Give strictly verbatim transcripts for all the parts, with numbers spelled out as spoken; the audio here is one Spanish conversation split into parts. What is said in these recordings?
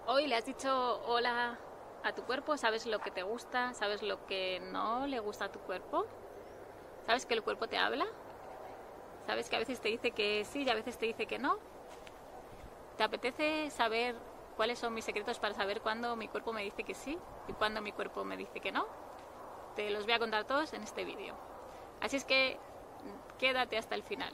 Hoy le has dicho hola a tu cuerpo, sabes lo que te gusta, sabes lo que no le gusta a tu cuerpo, sabes que el cuerpo te habla, sabes que a veces te dice que sí y a veces te dice que no. ¿Te apetece saber cuáles son mis secretos para saber cuándo mi cuerpo me dice que sí y cuándo mi cuerpo me dice que no? Te los voy a contar todos en este vídeo. Así es que quédate hasta el final.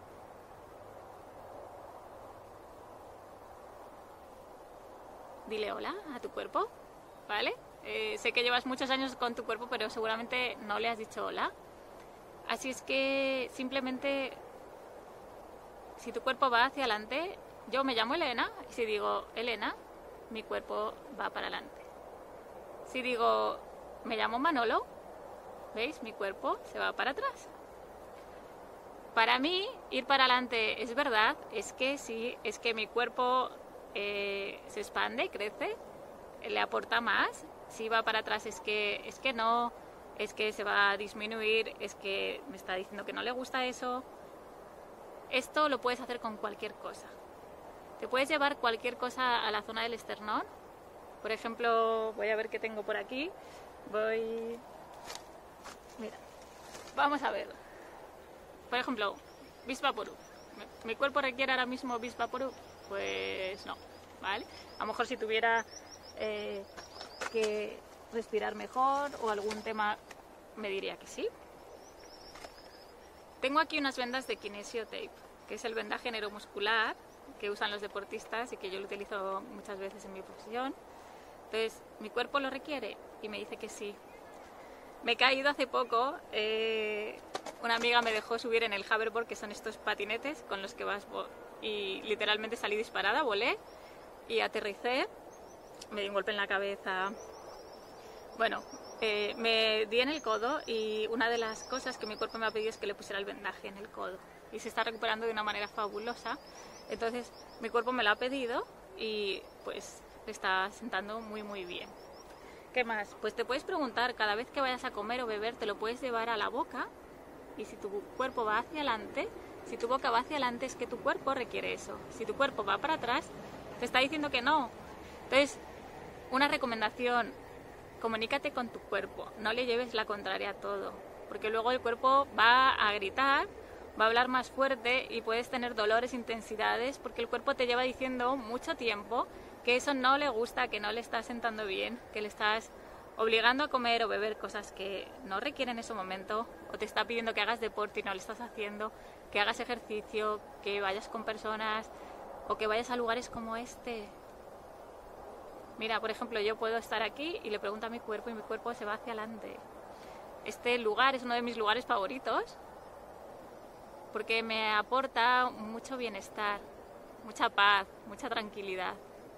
Dile hola a tu cuerpo, ¿vale? Eh, sé que llevas muchos años con tu cuerpo, pero seguramente no le has dicho hola. Así es que simplemente, si tu cuerpo va hacia adelante, yo me llamo Elena, y si digo Elena, mi cuerpo va para adelante. Si digo me llamo Manolo, ¿veis? Mi cuerpo se va para atrás. Para mí, ir para adelante es verdad, es que sí, es que mi cuerpo eh, se expande, crece, le aporta más. Si va para atrás es que, es que no, es que se va a disminuir, es que me está diciendo que no le gusta eso. Esto lo puedes hacer con cualquier cosa. Te puedes llevar cualquier cosa a la zona del esternón. Por ejemplo, voy a ver qué tengo por aquí. Voy... Mira, vamos a ver. Por ejemplo, Beach Vaporub. ¿Mi cuerpo requiere ahora mismo Beach Vaporub? Pues no, ¿vale? A lo mejor si tuviera eh, que respirar mejor o algún tema me diría que sí. Tengo aquí unas vendas de Kinesio Tape, que es el vendaje neuromuscular que usan los deportistas y que yo lo utilizo muchas veces en mi profesión. Entonces, ¿mi cuerpo lo requiere? Y me dice que sí. Me he caído hace poco, eh, una amiga me dejó subir en el hoverboard, que son estos patinetes con los que vas, y literalmente salí disparada, volé y aterricé, me di un golpe en la cabeza. Bueno, eh, me di en el codo y una de las cosas que mi cuerpo me ha pedido es que le pusiera el vendaje en el codo y se está recuperando de una manera fabulosa. Entonces mi cuerpo me lo ha pedido y pues le está sentando muy muy bien. ¿Qué más? Pues te puedes preguntar, cada vez que vayas a comer o beber, te lo puedes llevar a la boca, y si tu cuerpo va hacia adelante, si tu boca va hacia adelante, es que tu cuerpo requiere eso. Si tu cuerpo va para atrás, te está diciendo que no. Entonces, una recomendación, comunícate con tu cuerpo, no le lleves la contraria a todo, porque luego el cuerpo va a gritar, va a hablar más fuerte y puedes tener dolores, intensidades, porque el cuerpo te lleva diciendo mucho tiempo que eso no le gusta, que no le está sentando bien, que le estás obligando a comer o beber cosas que no requieren ese momento, o te está pidiendo que hagas deporte y no lo estás haciendo, que hagas ejercicio, que vayas con personas o que vayas a lugares como este. Mira, por ejemplo, yo puedo estar aquí y le pregunto a mi cuerpo y mi cuerpo se va hacia adelante. Este lugar es uno de mis lugares favoritos porque me aporta mucho bienestar, mucha paz, mucha tranquilidad.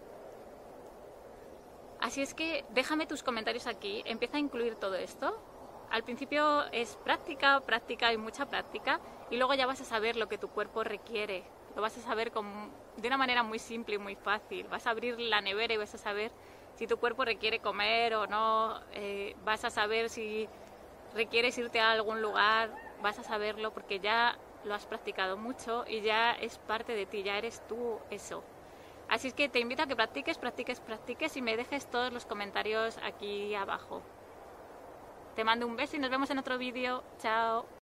Así es que déjame tus comentarios aquí, empieza a incluir todo esto. Al principio es práctica, práctica y mucha práctica, y luego ya vas a saber lo que tu cuerpo requiere. Lo vas a saber con, de una manera muy simple y muy fácil. Vas a abrir la nevera y vas a saber si tu cuerpo requiere comer o no. Eh, vas a saber si requieres irte a algún lugar, vas a saberlo porque ya lo has practicado mucho y ya es parte de ti, ya eres tú eso. Así es que te invito a que practiques, practiques, practiques y me dejes todos los comentarios aquí abajo. Te mando un beso y nos vemos en otro vídeo. Chao.